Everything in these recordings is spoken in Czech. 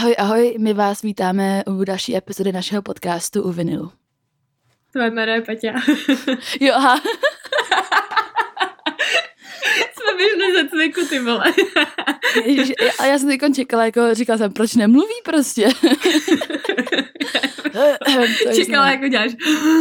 Ahoj, ahoj, my vás vítáme u další epizody našeho podcastu U vinilu. Tvoje jméno je Peťa. Jo, aha. Jsme běžli ze cviku, ty vole. Ježiš, a já jsem teď čekala, říkala jsem, proč nemluví prostě. Čekala, jako děláš.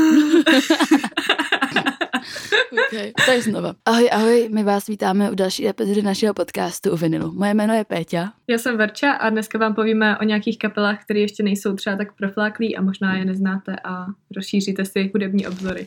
Okay, tak znova. Ahoj, ahoj, my vás vítáme u další epizody našeho podcastu U vinilu. Moje jméno je Péťa. Já jsem Verča a dneska vám povíme o nějakých kapelách, které ještě nejsou třeba tak profláklý a možná je neznáte a rozšíříte si hudební obzory.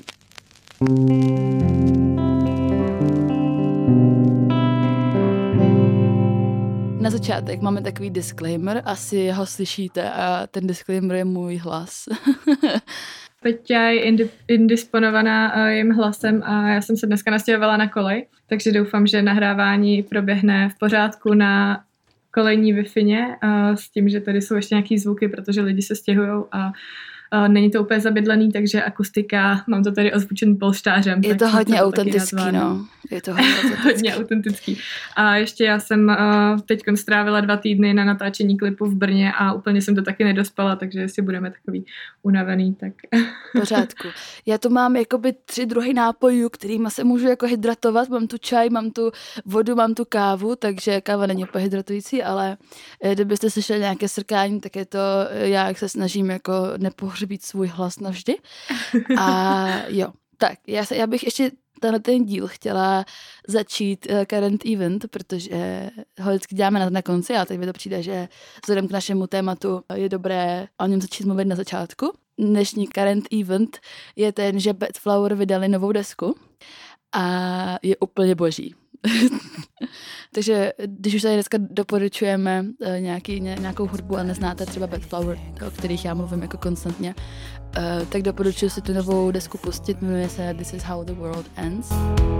Na začátek máme takový disclaimer, asi ho slyšíte a ten disclaimer je můj hlas. Peťa je indisponovaná jejím hlasem a já jsem se dneska nastěhovala na kolej, takže doufám, že nahrávání proběhne v pořádku na kolejní Wi-Fi s tím, že tady jsou ještě nějaký zvuky, protože lidi se stěhujou a není to úplně zabydlený, takže akustika, mám to tady ozvučen polštářem. Je to hodně autentický, no. Je to hodně autentický. A ještě já jsem teď strávila 2 týdny na natáčení klipu v Brně a úplně jsem to taky nedospala, takže jestli budeme takový unavený, tak... Pořádku. Já tu mám jakoby 3 druhy nápojů, kterýma se můžu jako hydratovat. Mám tu čaj, mám tu vodu, mám tu kávu, takže káva není úplně hydratující, ale kdybyste slyšeli nějaké srkání, tak je to já, jak se snažím jako nepohřbít svůj hlas navždy. A jo, tak já bych ještě ten díl chtěla začít current event, protože ho vždycky děláme na konci a teď mi to přijde, že vzhledem k našemu tématu je dobré o něm začít mluvit na začátku. Dnešní current event je ten, že Bad Flower vydali novou desku a je úplně boží. Takže když už tady dneska doporučujeme nějakou hudbu a neznáte třeba Bad Flower, o kterých já mluvím jako konstantně, tak doporučuji si tu novou desku pustit, jmenuje se This is how the world ends.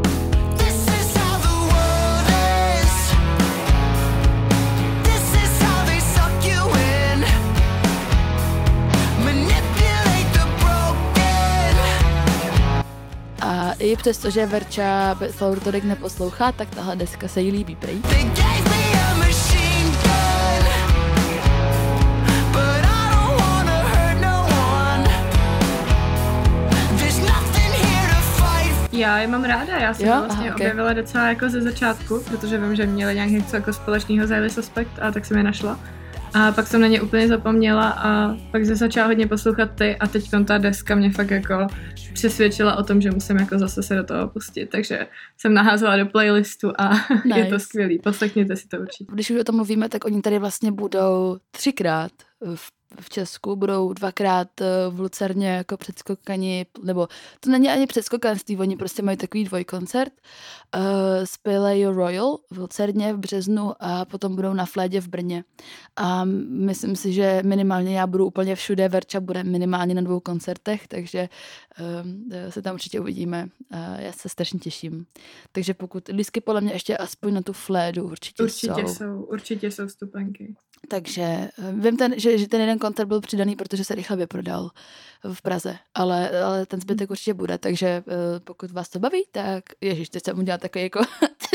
A i přesto, že Verča Bad Flower tolik neposlouchá, tak tahle deska se jí líbí, prej. Já je mám ráda, já jsem vlastně objevila docela jako ze začátku, protože vím, že měli nějak něco jako společného s Highly Suspect a tak jsem je našla. A pak jsem na ně úplně zapomněla a pak se začala hodně poslouchat ty a teď ta deska mě fakt jako přesvědčila o tom, že musím jako zase se do toho pustit, takže jsem naházela do playlistu a nice. Je to skvělý, poslechněte si to určitě. Když už o tom mluvíme, tak oni tady vlastně budou 3krát v Česku, budou 2krát v Lucerně jako předskokani, nebo to není ani předskokanství, oni prostě mají takový dvojkoncert. Spělejí Royal v Lucerně v březnu a potom budou na Flédě v Brně. A myslím si, že minimálně já budu úplně všude, Verča bude minimálně na 2 koncertech, takže se tam určitě uvidíme. Já se strašně těším. Takže pokud lístky podle mě ještě aspoň na tu Flédu určitě jsou vstupenky. Takže vím, že ten jeden koncert byl přidaný, protože se rychle vyprodal v Praze, ale ten zbytek určitě bude, takže pokud vás to baví, tak ježiš, teď jsem udělala takový jako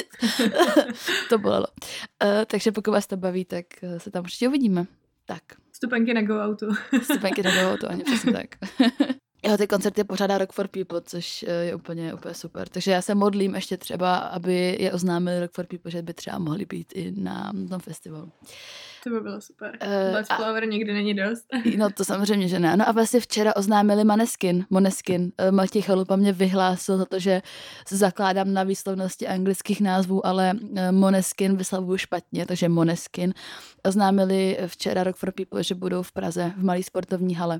to bolelo. Takže pokud vás to baví, tak se tam určitě uvidíme. Tak. Vstupenky na Go Outu. Vstupenky na Go Outu, ani přesně tak. Jo, ty koncerty pořádá Rock for People, což je úplně super. Takže já se modlím ještě třeba, aby je oznámili Rock for People, že by třeba mohli být i na tom festivalu. To by bylo super. Bad Flower nikdy není dost. No to samozřejmě, že ne. No a vlastně včera oznámili Måneskin. Matěj Chalupa mě vyhlásil za to, že se zakládám na výslovnosti anglických názvů, ale Måneskin vyslavuju špatně, takže Måneskin. Oznámili včera Rock for People, že budou v Praze v malý sportovní hale.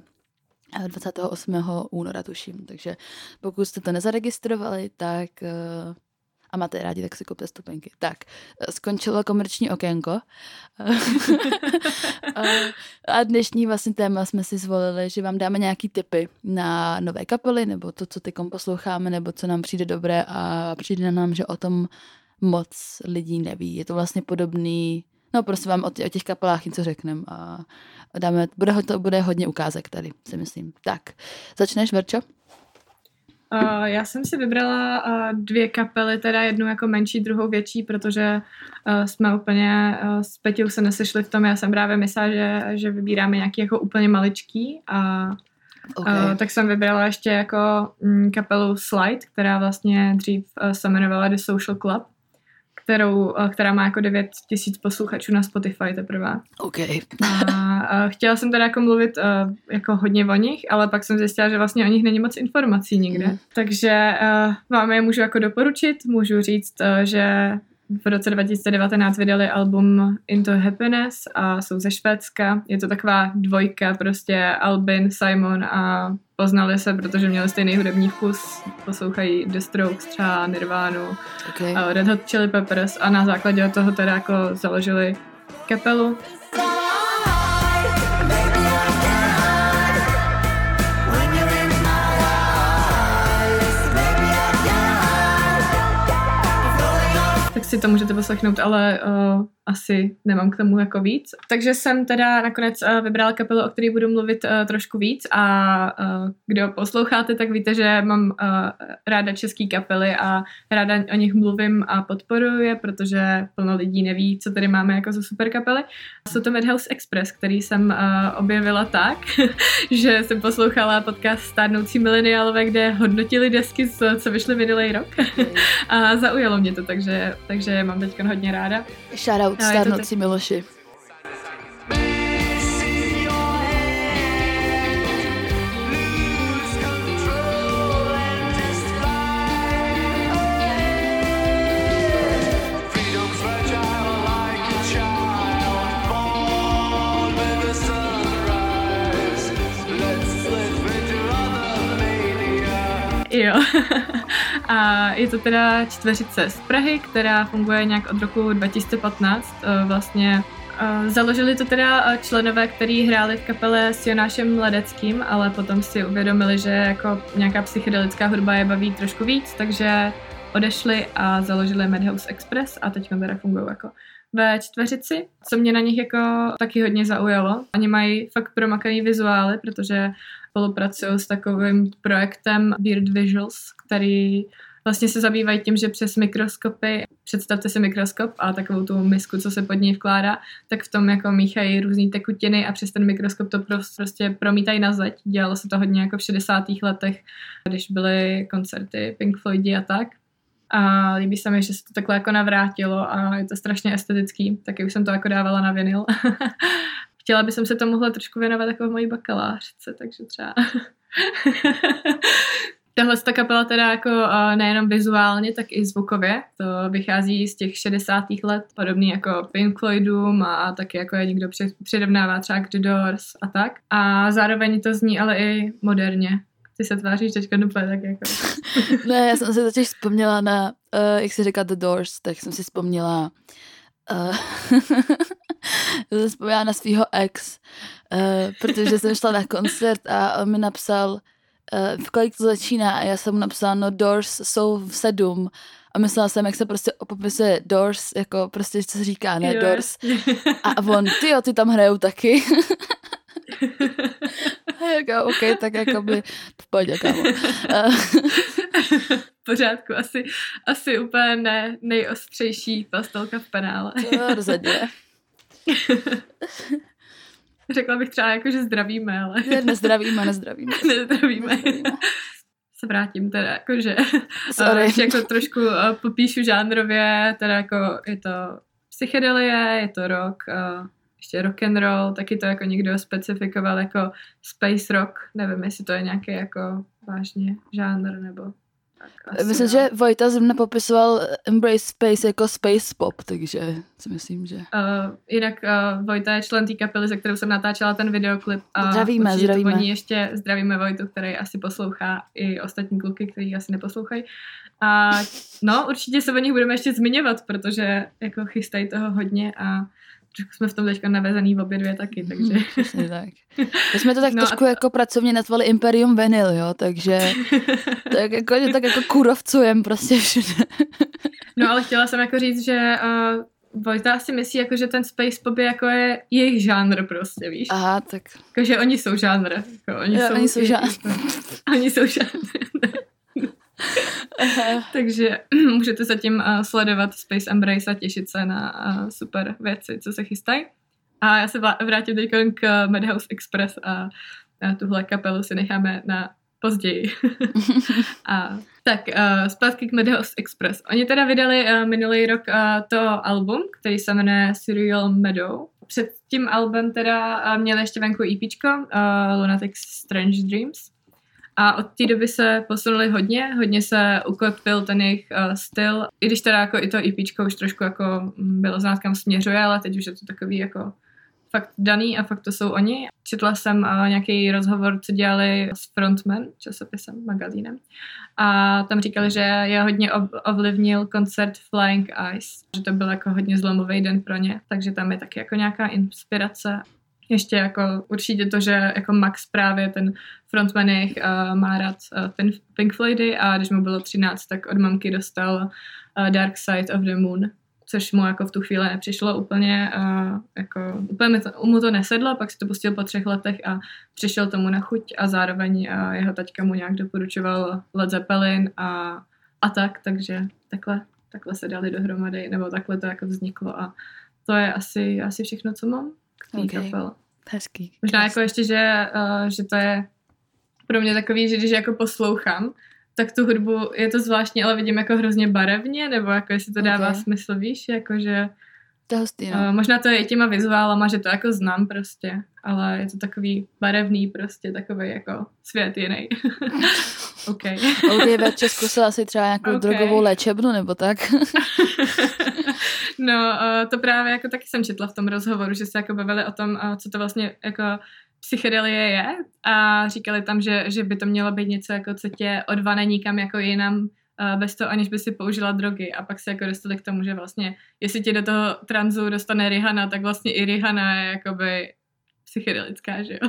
28. února tuším, takže pokud jste to nezaregistrovali, tak a máte rádi, tak si kupte vstupenky. Tak, skončilo komerční okénko a dnešní vlastně téma jsme si zvolili, že vám dáme nějaký tipy na nové kapely, nebo to, co tykom posloucháme, nebo co nám přijde dobré a přijde nám, že o tom moc lidí neví. Je to vlastně podobný. No, prostě vám o těch kapelách něco řekneme a bude hodně ukázek tady, si myslím. Tak, začneš, Verčo? Já jsem si vybrala 2 kapely, teda jednu jako menší, druhou větší, protože jsme úplně s Peťou se nesešli v tom. Já jsem právě myslela, že vybíráme nějaký jako úplně maličký a tak jsem vybrala ještě jako kapelu Slide, která vlastně dřív se jmenovala The Social Club, která má jako 9 000 posluchačů na Spotify teprve. Okay. A chtěla jsem teda jako mluvit jako hodně o nich, ale pak jsem zjistila, že vlastně o nich není moc informací nikde. Takže vám je můžu jako doporučit, můžu říct, že v roce 2019 vydali album Into Happiness a jsou ze Švédska. Je to taková dvojka, prostě Albin, Simon a poznali se, protože měli stejný hudební vkus. Poslouchají The Strokes, třeba Nirvánu, Red Hot Chili Peppers a na základě toho teda jako založili kapelu. Tak si to můžete poslechnout, ale asi nemám k tomu jako víc. Takže jsem teda nakonec vybrala kapelu, o které budu mluvit trošku víc a kdo posloucháte, tak víte, že mám ráda český kapely a ráda o nich mluvím a podporuji je, protože plno lidí neví, co tady máme jako za super kapely. Jsou to Madhouse Express, který jsem objevila tak, že jsem poslouchala podcast Stárnoucí mileniálové, kde hodnotili desky, co vyšly minulý rok a zaujalo mě to, takže mám teď hodně ráda. Shoutout Stárnoucí Miloši. Jo. A je to teda čtveřice z Prahy, která funguje nějak od roku 2015. Vlastně založili to teda členové, kteří hráli v kapele s Jonášem Mladeckým, ale potom si uvědomili, že jako nějaká psychedelická hudba je baví trošku víc, takže odešli a založili Madhouse Express a teď teda fungují jako ve čtveřici, co mě na nich jako taky hodně zaujalo. Oni mají fakt promakaný vizuály, protože spolupracují s takovým projektem Weird Visuals, který vlastně se zabývají tím, že přes mikroskopy, představte si mikroskop a takovou tu misku, co se pod něj vkládá, tak v tom jako míchají různý tekutiny a přes ten mikroskop to prostě promítají na zeď. Dělalo se to hodně jako v 60. letech, když byly koncerty Pink Floydi a tak. A líbí se mi, že se to takhle jako navrátilo a je to strašně estetický, taky už jsem to jako dávala na vinyl. Chtěla bych se tomuhle trošku věnovat jako v mojí bakalářce, takže třeba. Tahle ta kapela teda jako nejenom vizuálně, tak i zvukově. To vychází z těch 60. let, podobný jako Pink Floydům a taky jako je někdo přirovnává třeba k The Doors a tak. A zároveň to zní ale i moderně. Ty se tváříš teďka úplně tak jako... Ne, já jsem se totiž vzpomněla na, jak se říká The Doors, tak jsem si vzpomněla jsem vzpomněla na svýho ex, protože jsem šla na koncert a on mi napsal, v kolik to začíná a já jsem mu napsala, no Doors jsou v 7 a myslela jsem, jak se prostě popisuje Doors, jako prostě, co se říká, ne, Doors. A on, ty tam hrajou taky. Jako, OK, tak jakoby v pohodě, kámo. V pořádku, asi úplně nejostřejší pastelka v penále. To rozhodně. Řekla bych třeba jako, že zdravíme, ale... Nezdravíme. Se vrátím teda, jakože... jako trošku popíšu žánrově, teda jako je to psychedelie, je to rock, ještě rock and roll, taky to jako někdo specifikoval jako space rock, nevím, jestli to je nějaký jako vážně žánr, nebo tak. Myslím, že Vojta zrovna popisoval Embrace Space jako space pop, takže si myslím, že... Jinak Vojta je člen té kapely, se kterou jsem natáčela ten videoklip. A zdravíme. Ještě zdravíme Vojtu, který asi poslouchá, i ostatní kluky, kteří asi neposlouchají. A no, určitě se o nich budeme ještě zmiňovat, protože jako chystají toho hodně a jsme v tom teďka navezený obě dvě taky, takže... Přesně tak. My jsme to tak trošku jako pracovně nazvali Imperium Vinyl, jo, takže tak jako kurovcujem prostě všude. No ale chtěla jsem jako říct, že Vojta asi myslí, jako, že ten space pop je jako je jejich žánr prostě, víš? Aha, tak... Jako, že oni jsou žánr. Jako, oni jsou žánr. Oni jsou žánr. Takže můžete zatím sledovat Space Embrace a těšit se na super věci, co se chystají. A já se vrátím teď k Madhouse Express a tuhle kapelu si necháme na později. Zpátky k Madhouse Express. Oni teda vydali minulý rok to album, který se jmenuje Surreal Meadow. Před tím album teda měli ještě venku EPčko Lunatic Strange Dreams. A od té doby se posunuli hodně se ukotvil ten jejich styl. I když teda jako i to EPčko už trošku jako bylo znát, kam směřuje, ale teď už je to takový jako fakt daný a fakt to jsou oni. Četla jsem nějaký rozhovor, co dělali s Frontman, časopisem, magazínem. A tam říkali, že je hodně ovlivnil koncert Flying Ice, že to byl jako hodně zlomový den pro ně, takže tam je taky jako nějaká inspirace. Ještě jako určitě to, že jako Max právě ten frontman jejich má rád Pink Floydy a když mu bylo 13, tak od mamky dostal Dark Side of the Moon, což mu jako v tu chvíli nepřišlo úplně, úplně mu to nesedlo, pak si to pustil po 3 letech a přišel tomu na chuť a zároveň jeho taťka mu nějak doporučoval Led Zeppelin a tak, takže takhle se dali dohromady, nebo takhle to jako vzniklo a to je asi všechno, co mám k té kapele. Hezký. Možná jako ještě, že to je pro mě takový, že když jako poslouchám, tak tu hudbu je to zvláštní, ale vidím jako hrozně barevně, nebo jako jestli to dává smysl, víš, jakože to hustý, no. Možná to je i těma vizuálama, že to jako znám prostě, ale je to takový barevný prostě, takový jako svět jiný. OK, ve Česku se asi třeba nějakou drogovou léčebnu, nebo tak? No, to právě jako taky jsem četla v tom rozhovoru, že se jako bavili o tom, co to vlastně jako psychedelie je a říkali tam, že by to mělo být něco jako, co tě odvane nikam jako jinam bez toho, aniž by si použila drogy a pak se jako dostali k tomu, že vlastně jestli tě do toho tranzu dostane Rihanna, tak vlastně i Rihanna je jakoby psychedelická, že jo?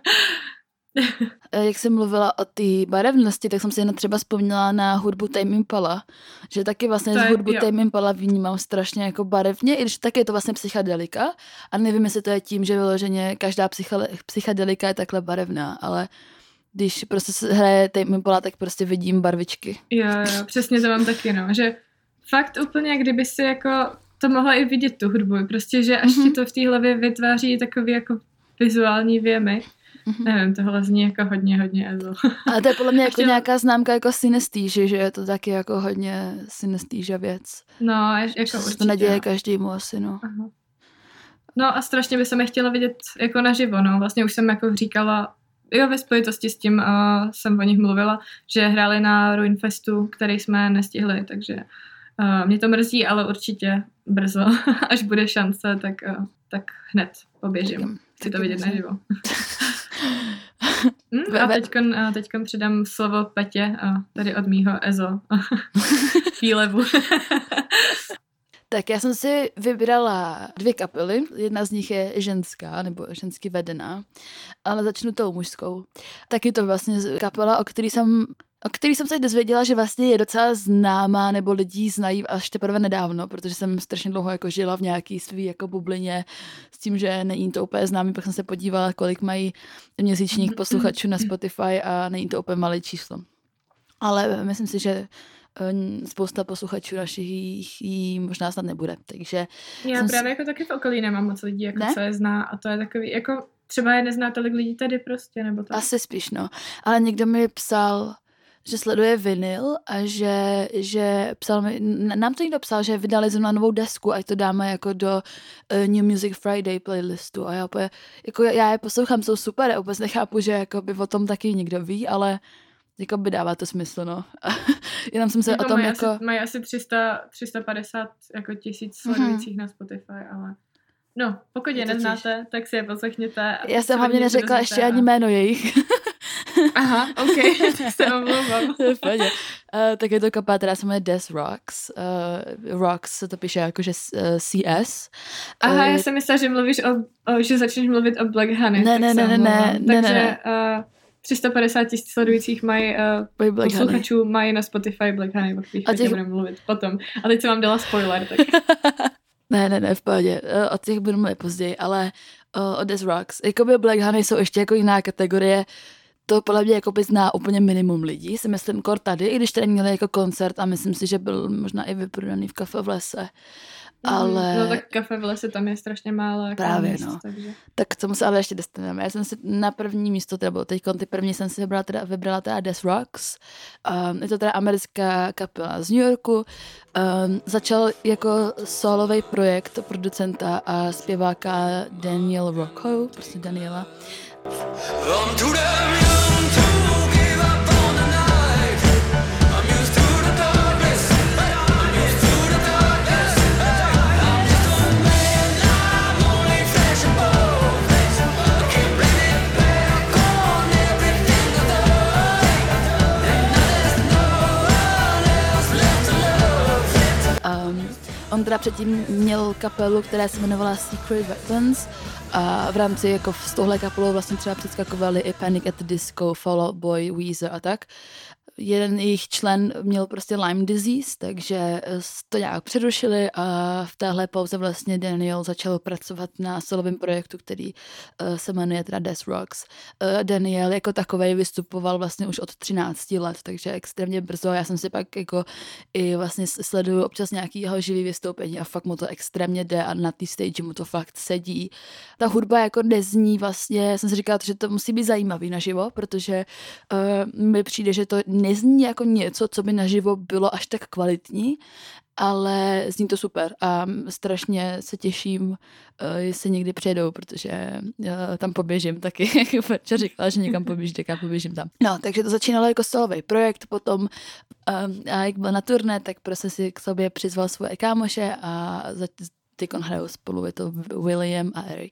Jak jsem mluvila o té barevnosti, tak jsem si jen třeba vzpomněla na hudbu Tame Impala, že taky vlastně z hudbu Tame Impala vnímám strašně jako barevně, i když taky je to vlastně psychedelika a nevím, jestli to je tím, že vyloženě každá psychedelika je takhle barevná, ale když prostě se hraje Tame Impala, tak prostě vidím barvičky. Jo, přesně to mám taky, no, že fakt úplně, kdyby si jako to mohla i vidět tu hudbu, prostě, že až ti to v té hlavě vytváří takový jako vizuální věmy. Nevím, tohle zní jako hodně EZO. Ale to je podle mě jako nějaká známka jako synestíži, že je to taky jako hodně synestíža věc. No, jako určitě. To neděje každému asi, no. Aha. No a strašně by se mi chtěla vidět jako naživo, no. Vlastně už jsem jako říkala, ve spojitosti s tím jsem o nich mluvila, že hráli na Ruinfestu, který jsme nestihli, takže mě to mrzí, ale určitě brzo, až bude šance, tak hned poběžím. Chci to vidět naživo. A teďkon předám slovo Petě tady od mýho EZO výlevu. Tak já jsem si vybrala 2 kapely, jedna z nich je ženská, nebo žensky vedená, ale začnu tou mužskou. Taky to vlastně kapela, o který jsem se dozvěděla, že vlastně je docela známá, nebo lidi znají až teprve nedávno, protože jsem strašně dlouho jako žila v nějaký svý jako bublině s tím, že není to úplně známý, pak jsem se podívala, kolik mají měsíčních posluchačů na Spotify a není to úplně malé číslo. Ale myslím si, že spousta posluchačů našich jí možná snad nebude, takže... Já právě jako taky v okolí nemám moc lidí, jako co je zná a to je takový, jako třeba je nezná tolik lidí tady prostě, nebo to. Asi spíš, no. Ale někdo mi psal, že sleduje vinyl a že psal mi, nám to někdo psal, že vydali zrovna novou desku, ať to dáme jako do New Music Friday playlistu a já je poslouchám, jsou super, já vůbec nechápu, že jako by o tom taky někdo ví, ale jako by dává to smysl, no. Jenom jsem se jako o tom mají asi 350 jako 1000 sledujících na Spotify, ale no, pokud je neznáte, tak si je poslechněte. Já jsem hlavně neřekla ještě ani jméno jejich. Aha, ok, tak se omlouvám. Tak je to kapela, která se jmenuje Death Rocks. Rocks se to píše jakože CS. Aha, já jsem myslela, že mluvíš že začneš mluvit o Black Honey. Ne. Takže 350 000 sledujících mají posluchačů mají na Spotify Black Honey, o kterých budeme mluvit potom. A teď jsem vám dala spoiler, tak... Ne, v pohodě. O těch budu mluvit později, ale o Death Rocks. Jakoby Black Honey jsou ještě jako jiná kategorie. to podle mě jako by zná úplně minimum lidí, si myslím, kor tady, i když tady měli jako koncert a myslím si, že byl možná i vyprodaný v Kafe v lese. Ale... No tak Kafe v lese tam je strašně málo. Jako právě, míst, no. Takže... Tak k tomu se ale ještě dostaneme. Já jsem si na první místo, teda teď ty první jsem si vybrala teda Death Rocks. Je to teda americká kapela z New Yorku. Začal jako solový projekt producenta a zpěváka Daniel Rocco, prostě Daniela. On teda předtím měl kapelu, která se jmenovala Secret Weapons a v rámci jako s tohle kapelou vlastně třeba předskakovali i Panic at the Disco, Fall Out Boy, Weezer a tak. Jeden jejich člen měl prostě Lyme disease, takže to nějak přerušili a v téhle pauze vlastně Daniel začal pracovat na solovém projektu, který se jmenuje teda Death Rocks. Daniel jako takovej vystupoval vlastně už od 13 let, takže extrémně brzo. Já jsem si pak jako i vlastně sleduju občas nějaký jeho živý vystoupení a fakt mu to extrémně jde a na té stage mu to fakt sedí. Ta hudba jako nezní vlastně, jsem si říkala, že to musí být zajímavý naživo, protože mi přijde, že to nezní jako něco, co by naživo bylo až tak kvalitní, ale zní to super a strašně se těším, jestli někdy přijedou, protože tam poběžím taky, jak Verča říkala, že někam poběží, tak já poběžím tam. No, takže to začínalo jako solový projekt, potom a jak byl na turné, tak prostě si k sobě přizval svoje kámoše a teď hrajou spolu, je to William a Eric.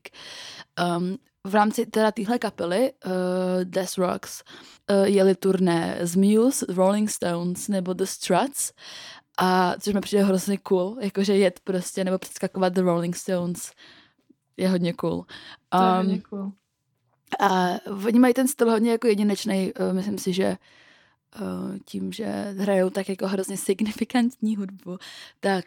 V rámci teda téhle kapely Death Rocks jeli turné z Muse, Rolling Stones nebo The Struts, a což mi přijde hrozně cool, jakože jet prostě nebo předskakovat The Rolling Stones je hodně cool. To je hodně cool. A oni mají ten styl hodně jako jedinečný, myslím si, že tím, že hrajou tak jako hrozně signifikantní hudbu, tak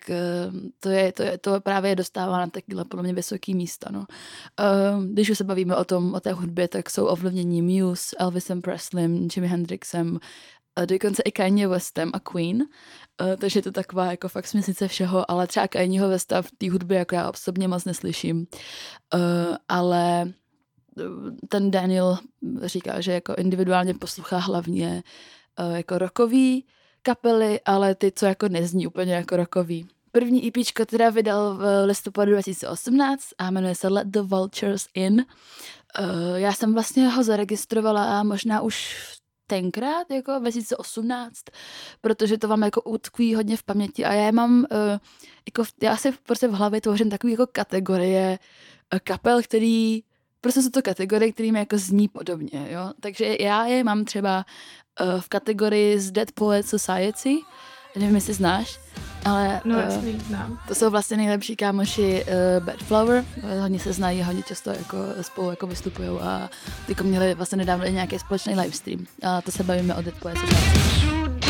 to právě dostává na takové podle mě vysoké místa. No. Když už se bavíme o té hudbě, tak jsou ovlivnění Muse, Elvisem Preslem, Jimi Hendrixem, dokonce i Kanye Westem a Queen, takže je to taková jako fakt směsice všeho, ale třeba Kanyeho Westa v té hudbě jako já osobně moc neslyším, ale ten Daniel říká, že jako individuálně poslouchá hlavně jako rockový kapely, ale ty, co jako nezní úplně jako rockový. První EPčko teda vydal v listopadu 2018 a jmenuje se Let the Vultures In. Já jsem vlastně ho zaregistrovala možná už tenkrát, jako 2018, protože to vám jako utkví hodně v paměti a já mám, jako já si prostě v hlavě tvořím takový jako kategorie kapel, který prostě jsou to kategorie, kterými jako zní podobně, jo. Takže já je mám třeba v kategorii z Dead Poets Society, nevím, jestli znáš, ale no, jasný, znám. To jsou vlastně nejlepší kámoši Bad Flower, hodně se znají, hodně často jako spolu jako vystupujou a tyko měli vlastně nedávno nějaký společný livestream a to se bavíme o Dead Poets Society.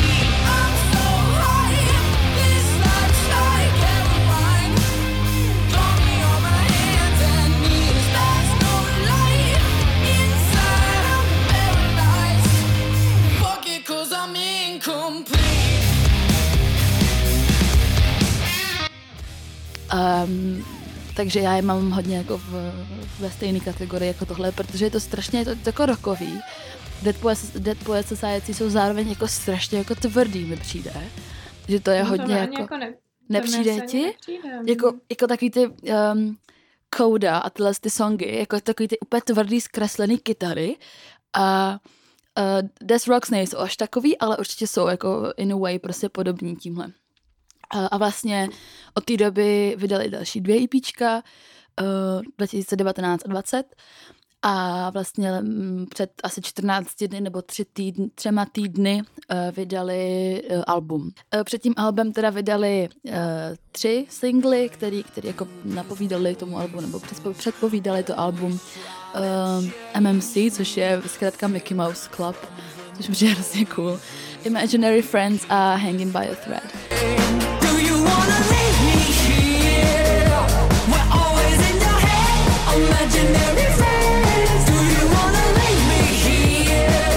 Takže já je mám hodně jako ve stejné kategorii jako tohle, protože je to strašně to jako rockový. Dead Poets Society jsou zároveň jako strašně jako tvrdý, mi přijde. Že to je no hodně jako nepřijde ti? Jako takový ty Coda a tyhle ty songy, jako takový ty úplně tvrdý zkreslený kytary a Death Rocks nejsou až takový, ale určitě jsou jako in a way prostě podobní tímhle. A vlastně od té doby vydali další 2 EPčka, 2019 a 2020 a vlastně před asi 14 dny nebo 3 týdny vydali album. Před tím albem teda vydali 3 singly, který jako napovídali tomu albu nebo předpovídali to album MMC, což je zkrátka Mickey Mouse Club, což mi je hrozně cool. Imaginary Friends a Hanging by a Thread. Imaginary friends, do you wanna leave me here?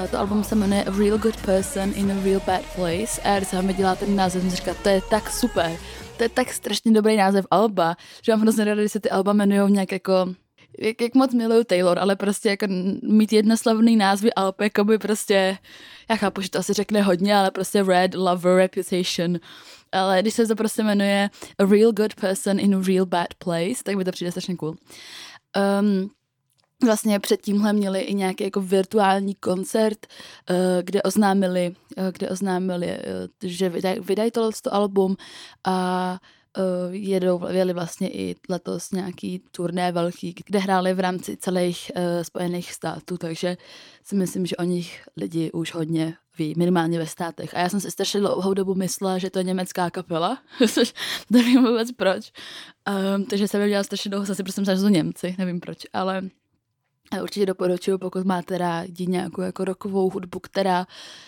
to album se jmenuje A Real Good Person in a Real Bad Place a když mi dělá ten název, jsem říkala, to je tak super, to je tak strašně dobrý název alba, že mám hrozně ráda, když se ty alba jmenujou nějak jako, jak moc miluju Taylor, ale prostě jako mít jednoslavný názvy alb, jako by prostě, já chápu, že to asi řekne hodně, ale prostě Red, Lover, Reputation, ale když se to prostě jmenuje A Real Good Person in a Real Bad Place, tak by to přijde strašně cool. Vlastně předtímhle měli i nějaký jako virtuální koncert, kde oznámili, že vydají tohleto album a jeli vlastně i letos nějaký turné velký, kde hráli v rámci celých Spojených států, takže si myslím, že o nich lidi už hodně ví, minimálně ve státech. A já jsem si strašně dlouhou dobu myslela, že to je německá kapela, což nevím vůbec proč. Takže jsem dělala strašně dlouho, zase prostě že jsou Němci, nevím proč, ale určitě doporučuji, pokud máte rádi nějakou jako rockovou hudbu, která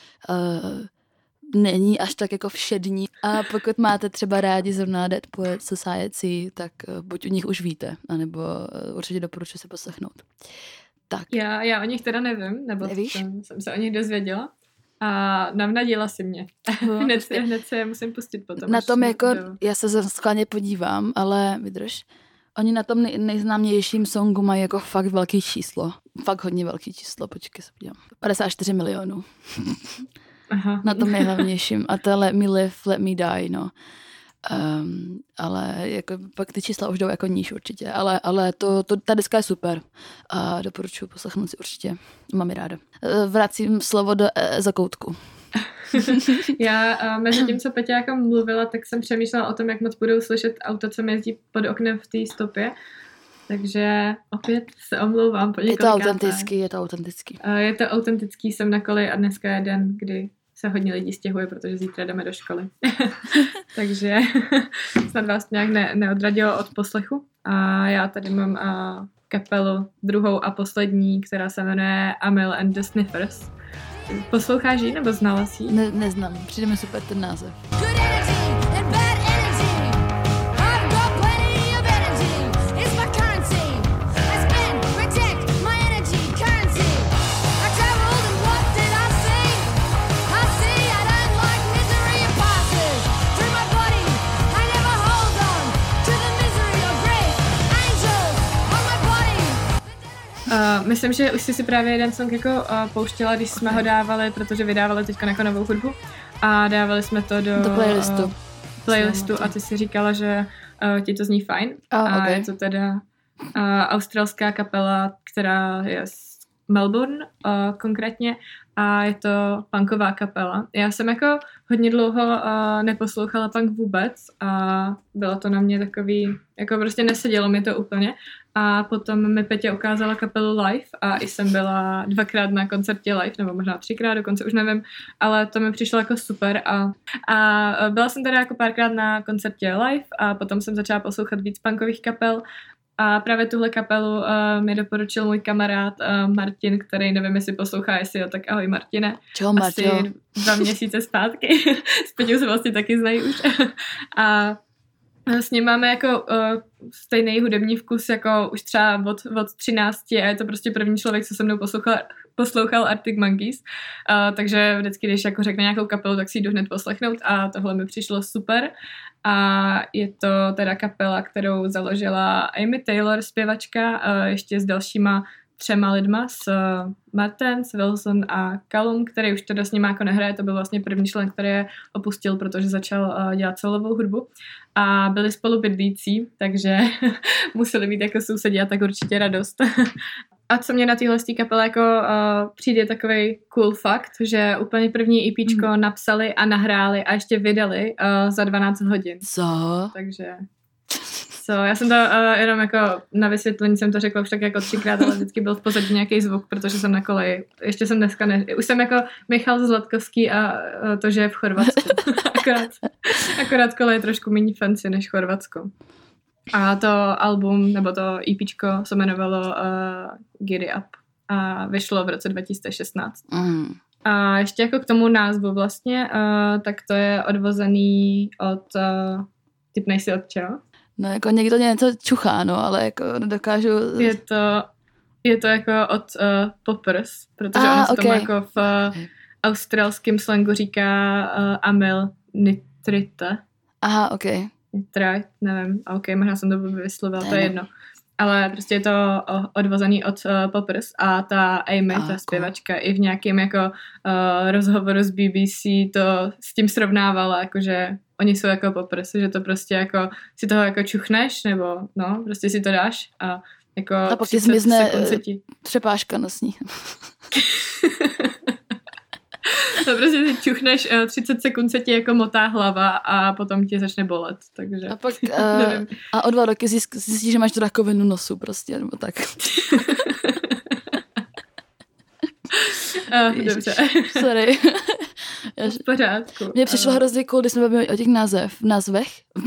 není až tak jako všední. A pokud máte třeba rádi zrovna Dead Poets Society, tak buď u nich už víte, anebo určitě doporučuji se poslechnout. Tak. Já o nich teda nevím, nebo jsem se o nich dozvěděla. A navnadila si mě. Hned se musím pustit potom. Na tom jako, já se skláně podívám, ale vydrž. Oni na tom nejznámějším songu mají jako fakt velký číslo. Fakt hodně velký číslo, počkej se podívám. 54 milionů. Aha. Na tom nejhlavnějším. A to je Let Me Live, Let Me Die, no. Ale jako, pak ty čísla už jdou jako níž určitě. Ale ta deska je super. A doporučuji poslechnout si určitě. Mám ji ráda. Vracím slovo do zakoutku. Já mezi tím, co Peťa jako mluvila, tak jsem přemýšlela o tom, jak moc budou slyšet auto, co mi jezdí pod oknem v té stopě. Takže opět se omlouvám po několikáté. Je to autentický. Je to autentický, jsem na kole a dneska je den, kdy se hodně lidí stěhuje, protože zítra jdeme do školy. Takže snad vás nějak neodradilo od poslechu. A já tady mám kapelu druhou a poslední, která se jmenuje Amyl and the Sniffers. Posloucháš ji, nebo znala jsi ji? Neznám, přijde mi super ten název. Myslím, že už jsi si právě jeden song jako pouštěla, když jsme ho dávali, protože vydávali teďka jako novou hudbu a dávali jsme to do playlistu a ty si říkala, že ti to zní fajn. A je to teda australská kapela, která je z Melbourne konkrétně a je to punková kapela. Já jsem jako hodně dlouho neposlouchala punk vůbec a bylo to na mě takový, jako prostě nesedělo mi to úplně. A potom mi Petě ukázala kapelu live a i jsem byla 2krát na koncertě live, nebo možná 3krát, dokonce už nevím, ale to mi přišlo jako super a byla jsem teda jako párkrát na koncertě live a potom jsem začala poslouchat víc punkových kapel a právě tuhle kapelu mi doporučil můj kamarád Martin, který nevím, jestli poslouchá, jestli jo, tak ahoj Martine. Čau, Martin. Asi 2 měsíce zpátky. S Peťou se vlastně taky znají už. A s ním máme jako stejný hudební vkus jako už třeba od 13 a je to prostě první člověk, co se mnou poslouchal Arctic Monkeys, takže vždycky, když jako řekne nějakou kapelu, tak si ji jdu hned poslechnout a tohle mi přišlo super a je to teda kapela, kterou založila Amy Taylor, zpěvačka, ještě s dalšíma 3 lidma, s Martens, Wilson a Callum, který už teda s ním jako nehraje, to byl vlastně první člen, který je opustil, protože začal dělat solovou hudbu a byli spolu bydlící, takže museli mít jako sousedí a tak určitě radost. A co mě na téhle kapele jako přijde takovej cool fakt, že úplně první EPčko napsali a nahráli a ještě vydali za 12 hodin. Co? Takže... já jsem to jenom jako na vysvětlení jsem to řekla už tak jako 3krát, ale vždycky byl v pozadí nějaký zvuk, protože jsem na koleji. Ještě jsem dneska už jsem jako Michal Zlatkovský a to, že je v Chorvatsku. akorát kolej je trošku méně fancy než Chorvatsko. A to album, nebo to EPčko se jmenovalo Giddy Up a vyšlo v roce 2016. A ještě jako k tomu názvu vlastně, tak to je odvozený od, typnej si od čeho? No jako někdo něco čuchá, no, ale jako nedokážu... Je to Je to jako od Poppers, protože on se tomu jako v australském slangu říká amyl nitrite. Aha, ok. Nitrite, nevím, ok, možná jsem to vyslovila, to je jedno. Ale prostě je to odvozený od Poppers a ta Amy, ta zpěvačka, i v nějakém jako rozhovoru s BBC to s tím srovnávala, jakože oni jsou jako Poppers, že to prostě jako si toho jako čuchneš, nebo no, prostě si to dáš a jako a pak ti zmizne třepáška nosní. To prostě si čuchneš, 30 sekund se ti jako motá hlava a potom ti začne bolet, takže... A pak a o 2 roky zjistíš, že máš tu rakovinu nosu prostě, nebo tak. Dobře. Sorry. V pořádku. Mně přišlo hrozně cool, když jsme bavili o těch názvech,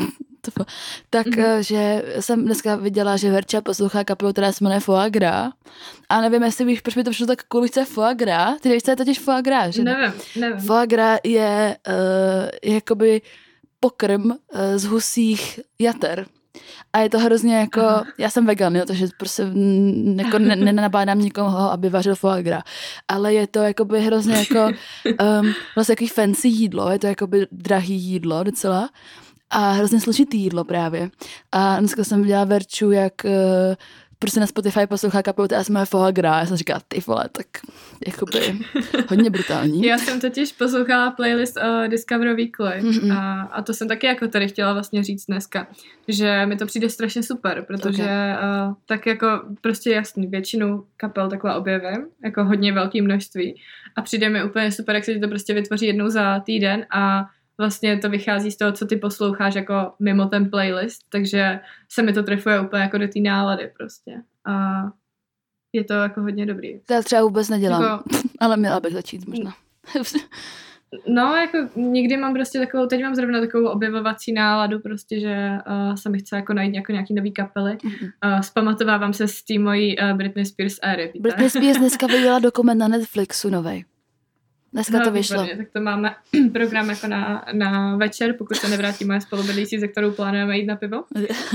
tak, že jsem dneska viděla, že Verča poslouchá kapelu, která se jmenuje Foie Gras. A nevím, jestli víš, proč mi to přišlo tak cool, víš, co je Foie Gras? Ty nevíš, co je totiž Foie Gras, že? Nevím. Foie Gras je jakoby pokrm z husích jater. A je to hrozně jako, já jsem vegan, jo, takže prostě jako nenabádám nikoho, aby vařil foie gras, ale je to jakoby hrozně jako vlastně takový fancy jídlo, je to jakoby drahý jídlo docela a hrozně složitý jídlo právě. A dneska jsem viděla Verču, jak prostě na Spotify poslouchá kapelu, která se jmenuje Foie Gras. Já jsem říkala, ty vole, tak jakoby hodně brutální. Já jsem totiž poslouchala playlist Discover Weekly a to jsem taky jako tady chtěla vlastně říct dneska, že mi to přijde strašně super, protože tak jako prostě jasný, většinu kapel takhle objevím, jako hodně velké množství a přijde mi úplně super, jak se ti to prostě vytvoří jednou za týden a vlastně to vychází z toho, co ty posloucháš jako mimo ten playlist, takže se mi to trefuje úplně jako do té nálady prostě. A je to jako hodně dobrý. To já třeba vůbec nedělám, jako, ale měla bych začít možná. No, jako někdy mám prostě takovou, teď mám zrovna takovou objevovací náladu prostě, že se mi chce jako najít jako nějaký nový kapely. Zpamatovávám se z té mojí Britney Spears éry. Britney Spears dneska viděla dokument na Netflixu novej. Dneska to vyšlo. Výborně, tak to máme program jako na večer, pokud se nevrátí moje spolubydlící, ze kterou plánujeme jít na pivo.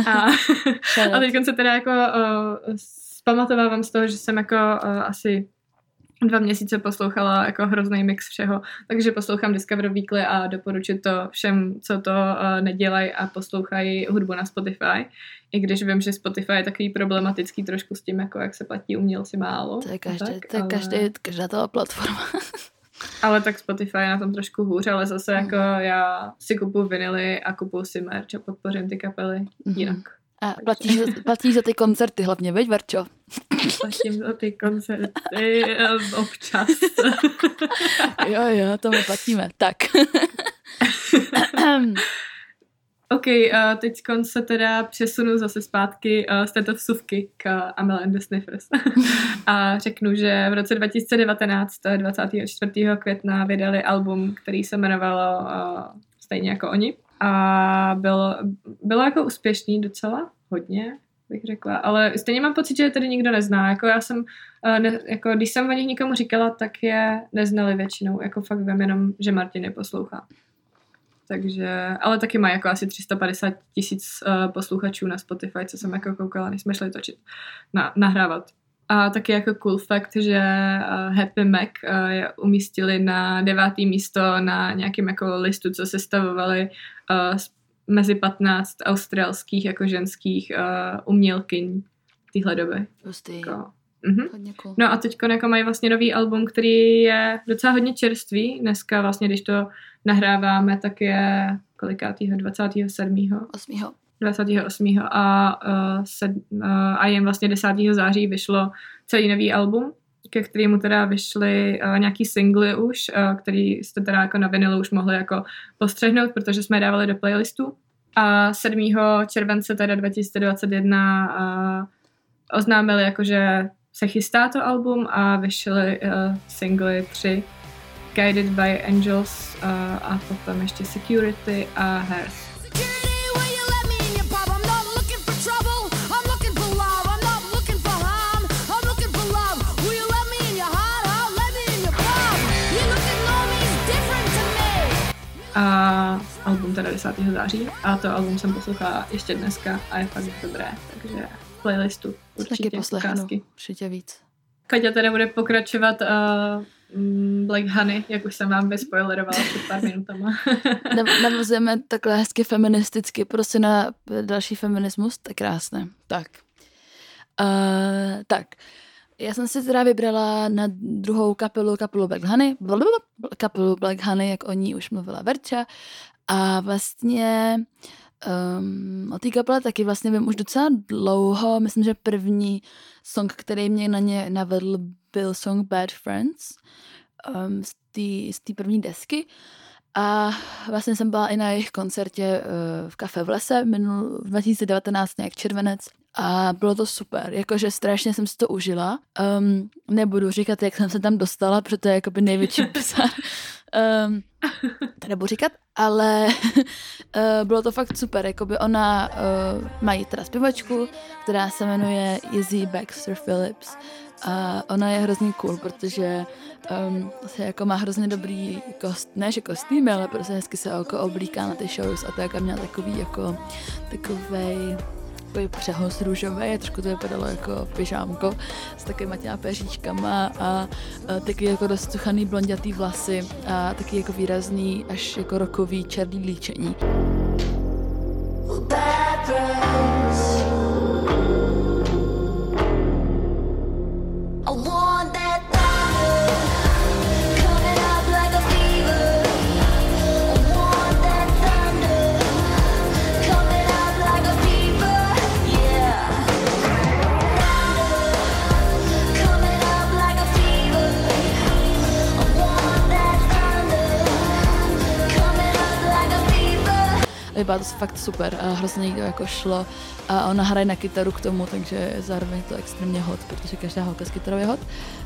A teď se teda jako zpamatovávám z toho, že jsem jako asi 2 měsíce poslouchala jako hrozný mix všeho, takže poslouchám Discover Weekly a doporučuji to všem, co to nedělají a poslouchají hudbu na Spotify. I když vím, že Spotify je takový problematický trošku s tím, jako jak se platí umělci málo. To je každá ta platforma. Ale tak Spotify je na tom trošku hůř, ale zase jako já si kupuju vinily a kupuju si merch a podpořím ty kapely jinak. A platíš za ty koncerty hlavně, veď, Verčo? Platím za ty koncerty občas. Jo, to my platíme. Tak. OK, teď se teda přesunu zase zpátky z této vsuvky k Amyl and the Sniffers. A řeknu, že v roce 2019, 24. května, vydali album, který se jmenovalo stejně jako oni. A bylo jako úspěšný docela, hodně, bych řekla. Ale stejně mám pocit, že je tady nikdo nezná. Jako já jsem, jako když jsem o nich nikomu říkala, tak je neznali většinou. Jako fakt vím jenom, že Martin je poslouchá. Takže, ale taky má jako asi 350 000 posluchačů na Spotify, co jsem jako koukala, než jsme šli točit, nahrávat. A taky jako cool fact, že Happy Mac je umístili na 9. místo na nějakém jako listu, co sestavovali mezi 15 australských jako ženských umělkyň téhle doby. Jako, hodně cool. No a teď jako mají vlastně nový album, který je docela hodně čerstvý. Dneska vlastně, když to nahráváme, tak je kolikátýho? 27. 28. A jim vlastně 10. září vyšlo celý nový album, ke kterému teda vyšly nějaký singly už, který jste teda jako na vinilu už mohli jako postřehnout, protože jsme je dávali do playlistu. A 7. července teda 2021 oznámili jako, že se chystá to album a vyšly singly 3 Guided by Angels a potom ještě Security a Hairs. A album teda 10. září a to album jsem poslouchala ještě dneska a je fakt dobré, takže playlistu. Určitě. Taky poslechnu, určitě víc. Kaťa tady bude pokračovat Black Honey, jak už jsem vám vyspoilerovala před pár minutama. Navazujeme takhle hezky feministicky, prostě na další feminismus, to je krásné. Tak. Já jsem si teda vybrala na druhou kapelu Black Honey, kapelu Black Honey, jak o ní už mluvila Verča. A vlastně o té kapele taky vlastně vím už docela dlouho. Myslím, že první song, který mě na ně navedl, byl song Bad Friends z té první desky. A vlastně jsem byla i na jejich koncertě v Kafe v lese v 2019, nějak červenec. A bylo to super, jakože strašně jsem si to užila. Nebudu říkat, jak jsem se tam dostala, protože to je jakoby největší psar. To nebudu říkat, ale bylo to fakt super, jakoby ona mají teda zpěvačku, která se jmenuje Izzy Baxter Phillips. A ona je hrozně cool, protože se jako má hrozně dobrý ne že kostýmy, ale prostě hezky se jako oblíká na ty shows a to jako měla takový takovej přehoz růžové, trošku to vypadalo jako pyžámko s takovýma těma peříčkama a taky jako dost suchaný blondětý vlasy a taky jako výrazný až jako rokový černý líčení. Vypadá to fakt super a hrozně jí to jako šlo a ona hraje na kytaru k tomu, takže zároveň to extrémně hot, protože každá holka s kytarou je hot.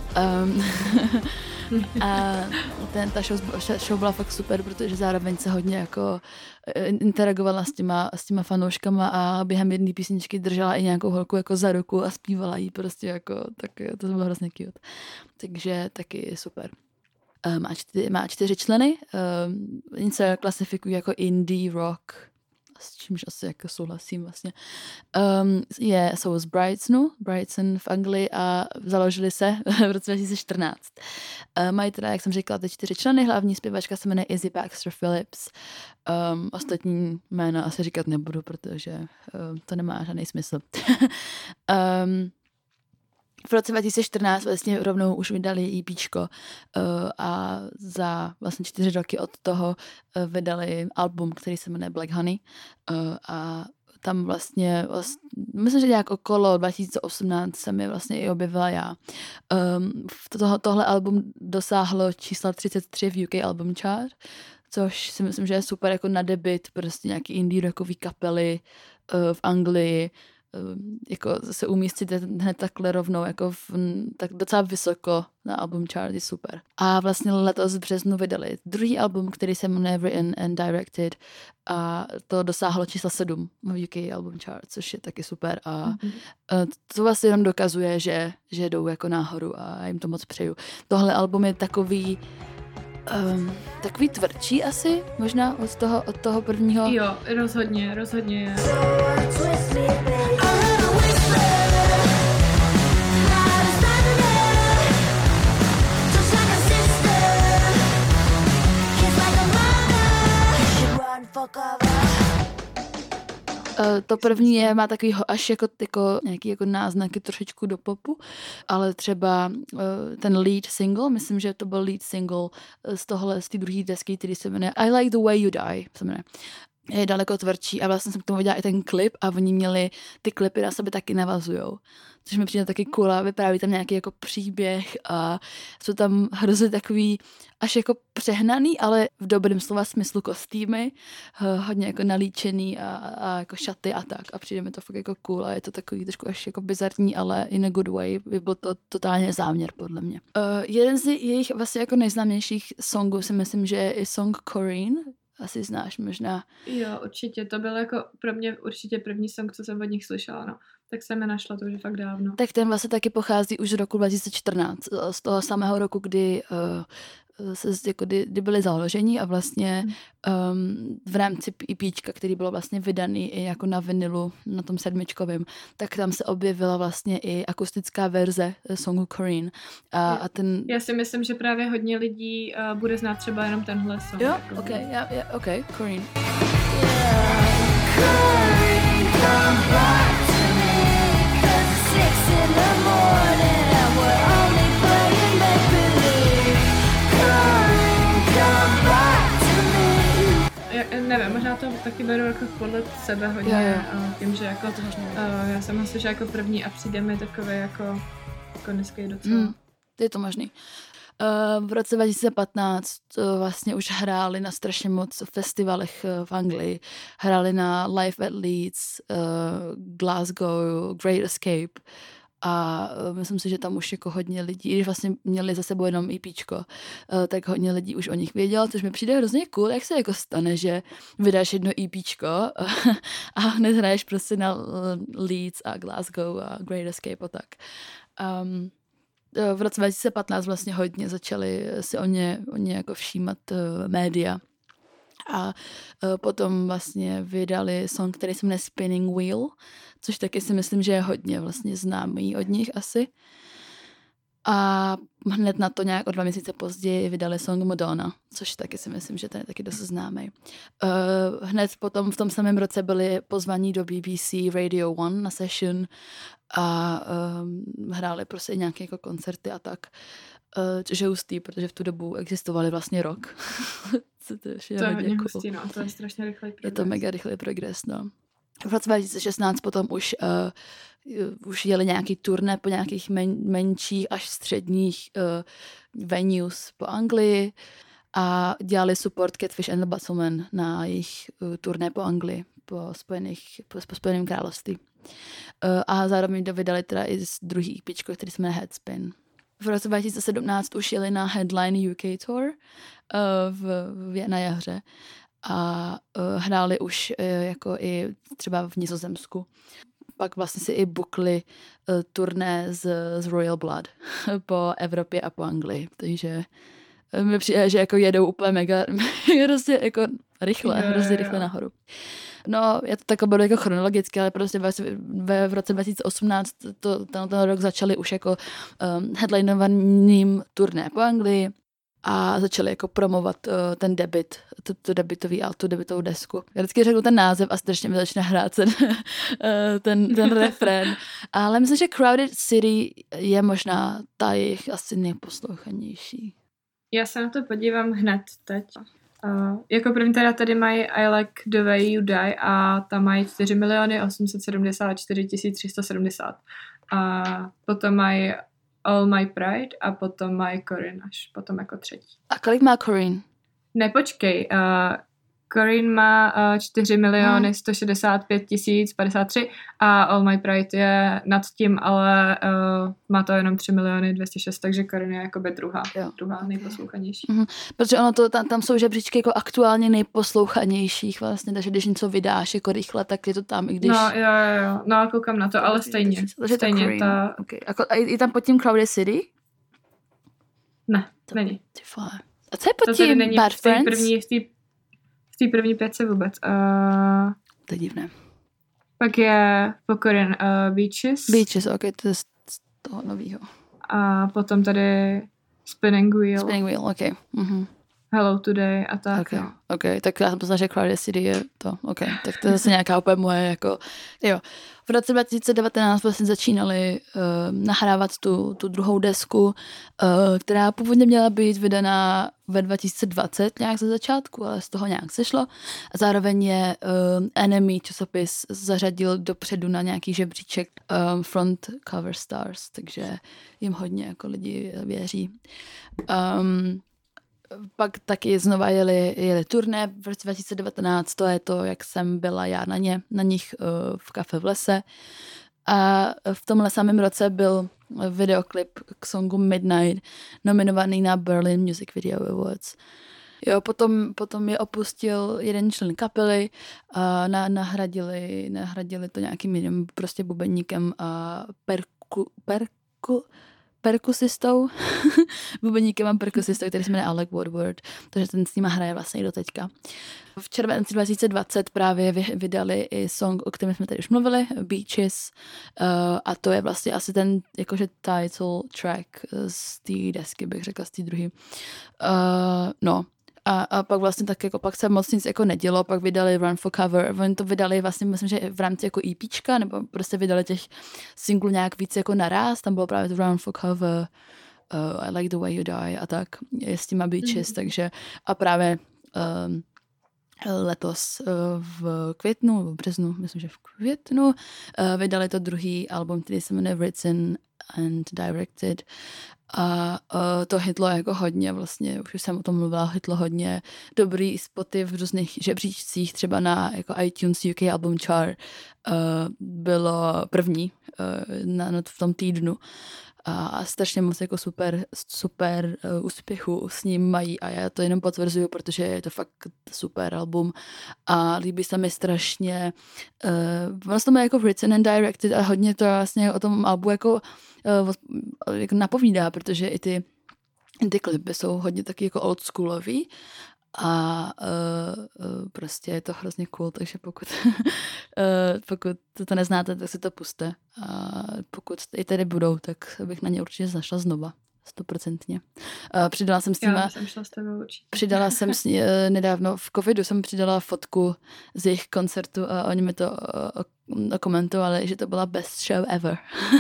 A ta show byla fakt super, protože zároveň se hodně jako interagovala s těma fanouškama a během jedné písničky držela i nějakou holku jako za ruku a zpívala jí prostě jako, tak to bylo hrozně cute. Takže taky super. Má 4 členy, oni se klasifikují jako indie rock, s čímž asi jako souhlasím vlastně. Jsou z Brighton v Anglii a založili se v roce 2014. Mají teda, jak jsem říkala, ty 4 členy, hlavní zpěvačka se jmenuje Izzy Baxter Phillips. Ostatní jména asi říkat nebudu, protože to nemá žádný smysl. V roce 2014 vlastně rovnou už vydali EPčko a za vlastně 4 roky od toho vydali album, který se jmenuje Black Honey a tam vlastně myslím, že nějak okolo 2018 se mi vlastně i objevila já. Tohle album dosáhlo čísla 33 v UK Album Chart, což si myslím, že je super jako na debut prostě nějaký indie rockový kapely v Anglii, jako se umístit hned takhle rovnou, jako tak docela vysoko na album chart je super. A vlastně letos v březnu vydali druhý album, který se jmenuje Written and Directed a to dosáhlo čísla 7 v UK album chart, což je taky super a to vlastně jenom dokazuje, že jdou jako nahoru a jim to moc přeju. Tohle album je takový tvrdší asi, možná od toho prvního. Jo, rozhodně je. To první má takový až jako nějaký jako náznaky trošičku do popu, ale třeba ten lead single, myslím, že to byl lead single z té druhé desky, který se jmenuje I Like the Way You Die, se jmenuje. Je daleko tvrdší a vlastně jsem k tomu viděla i ten klip a oni měli, ty klipy na sebe taky navazujou. Což mi přijde taky cool a vypráví tam nějaký jako příběh a jsou tam hrozně takový až jako přehnaný, ale v dobrém slova smyslu kostýmy, hodně jako nalíčený a jako šaty a tak a přijde mi to fakt jako cool a je to takový trošku až jako bizarní, ale in a good way, byl to totálně záměr podle mě. Jeden z jejich vlastně jako nejznámějších songů si myslím, že je song Corinne, asi znáš možná. Jo, určitě, to byl jako pro mě určitě první song, co jsem od nich slyšela, no. Tak jsem je našla, to už je fakt dávno. Tak ten vlastně taky pochází už z roku 2014, z toho samého roku, kdy kdy byly založení a vlastně v rámci EPčka, který bylo vlastně vydaný i jako na vinilu, na tom 7, tak tam se objevila vlastně i akustická verze songu Corinne. A ten... Já si myslím, že právě hodně lidí bude znát třeba jenom tenhle song. Jo, jako Corinne. Corinne, come back to me, 'cause it's 6 in the morning and we're only playing make-believe. Corinne, come back to me. Já nevím, možná to taky beru jako podle sebe hodně. Tím, že jako já jsem ho slyšela jako první a přijde mi takový jako ikonický docela. Je to možný. V roce 2015 vlastně už hráli na strašně moc festivalech v Anglii. Hráli na Live at Leeds, Glasgow, Great Escape a myslím si, že tam už jako hodně lidí, když vlastně měli za sebou jenom EPčko, tak hodně lidí už o nich vědělo, což mi přijde hrozně cool, jak se jako stane, že vydáš jedno EPčko a hned hraješ prostě na Leeds a Glasgow a Great Escape a tak. V roce 2015 vlastně hodně začali si o ně jako všímat média. A potom vlastně vydali song, který se jmenuje Spinning Wheel, což taky si myslím, že je hodně vlastně známý od nich asi. A hned na to nějak o 2 měsíce později vydali song Madonna, což taky si myslím, že ten je taky dost známý. Hned potom v tom samém roce byli pozvaní do BBC Radio 1 na session a hráli prostě nějaké jako koncerty a tak. Což je hustý, protože v tu dobu existovali vlastně rok. To je hodně hustý, no. To je strašně rychlý progres. Je to mega rychlý progres, no. V roce 2016 potom už jeli nějaký turné po nějakých menších až středních venues po Anglii a dělali support Catfish and the Battlemen na jejich turné po Anglii, po Spojeném království. A zároveň vydali teda i druhý EPčko, který se jmenuje Headspin. V roce 2017 už jeli na Headline UK Tour na jaře a hráli už jako i třeba v Nizozemsku. Pak vlastně si i bookli turné z Royal Blood po Evropě a po Anglii. Takže mi přijde, že jako jedou úplně mega hrozně jako hrozně rychle nahoru. No, já to tak beru jako chronologicky, ale prostě v roce 2018 ten rok začali už jako headlinovaným turné po Anglii a začali jako promovat ten debut, tu debutovou desku. Já vždycky řeknu ten název a strašně mi začne hrát ten refrén. Ale myslím, že Crowded City je možná ta jejich asi nejposlouchanější. Já se na to podívám hned teď. Jako první teda tady mají I Like the Way You Die a tam mají 4 874 370. A potom mají All My Pride a potom mají Corinne až potom jako třetí. A kolik má Corinne? Ne, počkej. Corinne má 4 165 053 a All My Pride je nad tím, ale má to jenom 3 206, takže Corinne je jakoby druhá nejposlouchanější. Protože ono to, tam jsou žebříčky jako aktuálně nejposlouchanějších vlastně, takže když něco vydáš jako rychle, tak je to tam, i když... No jo, no koukám na to, ale stejně. Takže stejně ta... Okay. A je tam pod tím Crowded City? Ne, není. A co je pod tím Bad Friends? V té první 5 vůbec. To je divné. Pak je po Corinne Beaches. Beaches, ok, to je z toho novýho. A potom tady Spinning Wheel. Spinning Wheel, ok. Hello Today a tak. Ok, tak já jsem poznala, že Crowded City je to, ok, tak to je zase nějaká úplně moje, jako, jo. V roce 2019 vlastně začínali nahrávat tu druhou desku, která původně měla být vydaná ve 2020 nějak ze začátku, ale z toho nějak sešlo. A zároveň je Enemy časopis zařadil dopředu na nějaký žebříček Front Cover Stars, takže jim hodně jako lidi věří. Pak taky znova jeli turné v roce 2019, to je to, jak jsem byla já na nich v kafe v lese. A v tomhle samém roce byl videoklip k songu Midnight nominovaný na Berlin Music Video Awards. Jo, potom je opustil jeden člen kapely a nahradili to nějakým jiným prostě bubeníkem a perkusistou, bubeníkem a perkusistou, který se jmenuje Alec Woodward, takže ten s nima hraje vlastně i do teďka. V červenci 2020 právě vydali i song, o kterém jsme tady už mluvili, Beaches, a to je vlastně asi ten jakože title track z té desky, bych řekla, z té druhé. No. A pak vlastně tak jako pak se moc nic jako nedělo, pak vydali Run for Cover, oni to vydali vlastně, myslím, že v rámci jako EPčka, nebo prostě vydali těch singlů nějak víc jako naraz, tam bylo právě to Run for Cover, I Like the Way You Die a tak, je s těma Beaches, takže a právě letos v květnu, v březnu, myslím, že v květnu, vydali to druhý album, který se jmenuje Written and Directed a to hitlo jako hodně, vlastně už jsem o tom mluvila, hitlo hodně dobrý spoty v různých žebříčcích, třeba na jako iTunes UK Album Chart bylo první v tom týdnu a strašně moc jako super úspěchu s ním mají a já to jenom potvrzuju, protože je to fakt super album a líbí se mi strašně vlastně jako Written and Directed a hodně to vlastně o tom albu jako napovídá, protože i ty klipy jsou hodně taky jako oldschoolový a prostě je to hrozně cool, takže pokud to neznáte, tak si to puste a pokud i tady budou, tak bych na ně určitě zašla znova. 100%. Přidala jsem s nima, přidala jsem nedávno v covidu jsem přidala fotku z jejich koncertu a oni mi to komentovali, že to byla best show ever.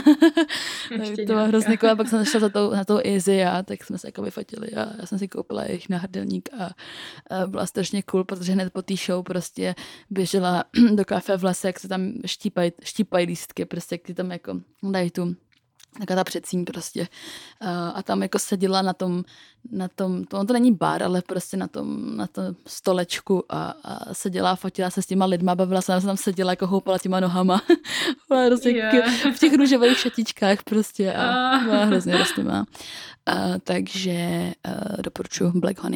To bylo hrozně cool a pak jsem šla na tou Easy a tak jsme se jako vyfotili a já jsem si koupila jejich náhrdelník a byla strašně cool, protože hned po té show prostě běžela do kafe v lese, jak se tam štípají lístky, prostě jak ty tam jako dají tu taková ta předsíň prostě. A tam jako seděla na tom to není bar, ale prostě na tom stolečku a seděla a fotila se s těma lidma, bavila se tam seděla, jako houpala těma nohama. Byla hrozně v těch růžových šatičkách prostě a byla hrozně rostlivá. Takže doporučuji Black Honey.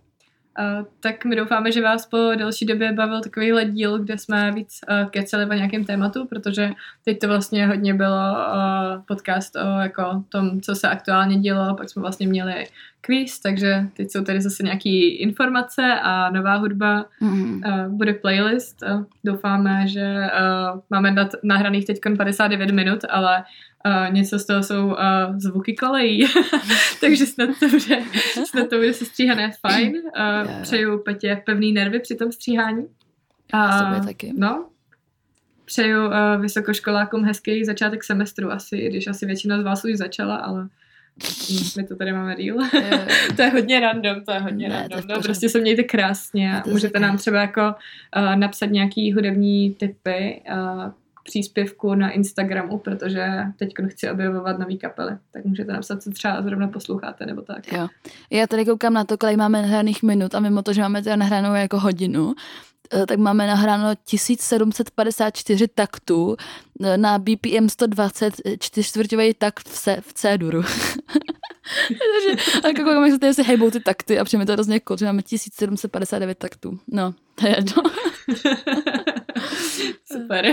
Tak my doufáme, že vás po delší době bavil takovýhle díl, kde jsme víc keceli o nějakém tématu, protože teď to vlastně hodně bylo podcast o jako tom, co se aktuálně dělo, pak jsme vlastně měli quiz, takže teď jsou tady zase nějaký informace a nová hudba, bude playlist. Doufáme, že máme nahraných teď 59 minut, ale něco z toho jsou zvuky kolejí, takže snad to bude sestříhané fajn. Přeju Petě pevný nervy při tom stříhání. Taky. No, přeju vysokoškolákům hezký začátek semestru asi, když asi většina z vás už začala, ale my to tady máme díl. To je hodně random. No, prostě se mějte krásně. Můžete nám třeba jako napsat nějaký hudební tipy příspěvku na Instagramu, protože teď chci objevovat nový kapely. Tak můžete napsat, co třeba zrovna posloucháte, nebo tak. Jo. Já tady koukám na to, kolik máme nahraných minut a mimo to, že máme teda nahranou jako hodinu, tak máme nahráno 1754 taktů na BPM 120 čtyřčtvrťový takt v C-duru. Ale koukám, jak se tady hejbou ty takty a přijme to hrozně cool, že máme 1759 taktů. No, to je jedno. Super.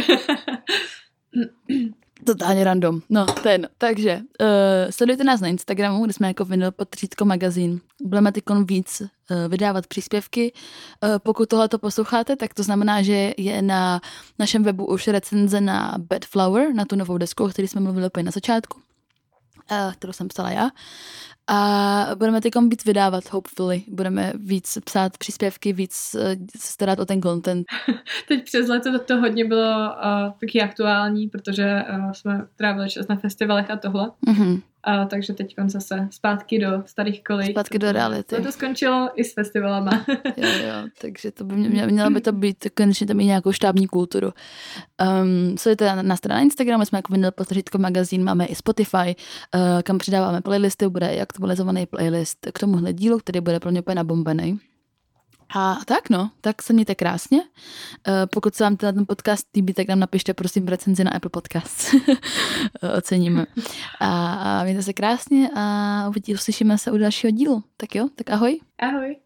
Totálně random. No, to je jedno. Takže sledujte nás na Instagramu, kde jsme jako Vinyl Potřítko magazín. Budeme tykon víc vydávat příspěvky. Pokud tohleto posloucháte, tak to znamená, že je na našem webu už recenze na Bad Flower, na tu novou desku, o které jsme mluvili úplně na začátku, kterou jsem psala já. A budeme teďkom víc vydávat, hopefully. Budeme víc psát příspěvky, víc starat o ten content. Teď přes leto to hodně bylo taky aktuální, protože jsme trávili čas na festivalech a tohle. Mm-hmm. Takže teď zase zpátky do starých kolejí. Zpátky do reality. To skončilo i s festivalama. jo, takže to by mělo by to být konečně tam i nějakou štábní kulturu. Sledujte na straně Instagramu, jsme jako Vinyl Potřítko magazín, máme i Spotify, kam přidáváme playlisty, bude i aktualizovaný playlist k tomuhle dílu, který bude pro mě úplně nabombený. A tak tak se mějte krásně. Pokud se vám ten podcast líbí, tak nám napište prosím recenzi na Apple Podcast. Oceníme. A mějte se krásně a uslyšíme se u dalšího dílu. Tak jo, tak ahoj. Ahoj.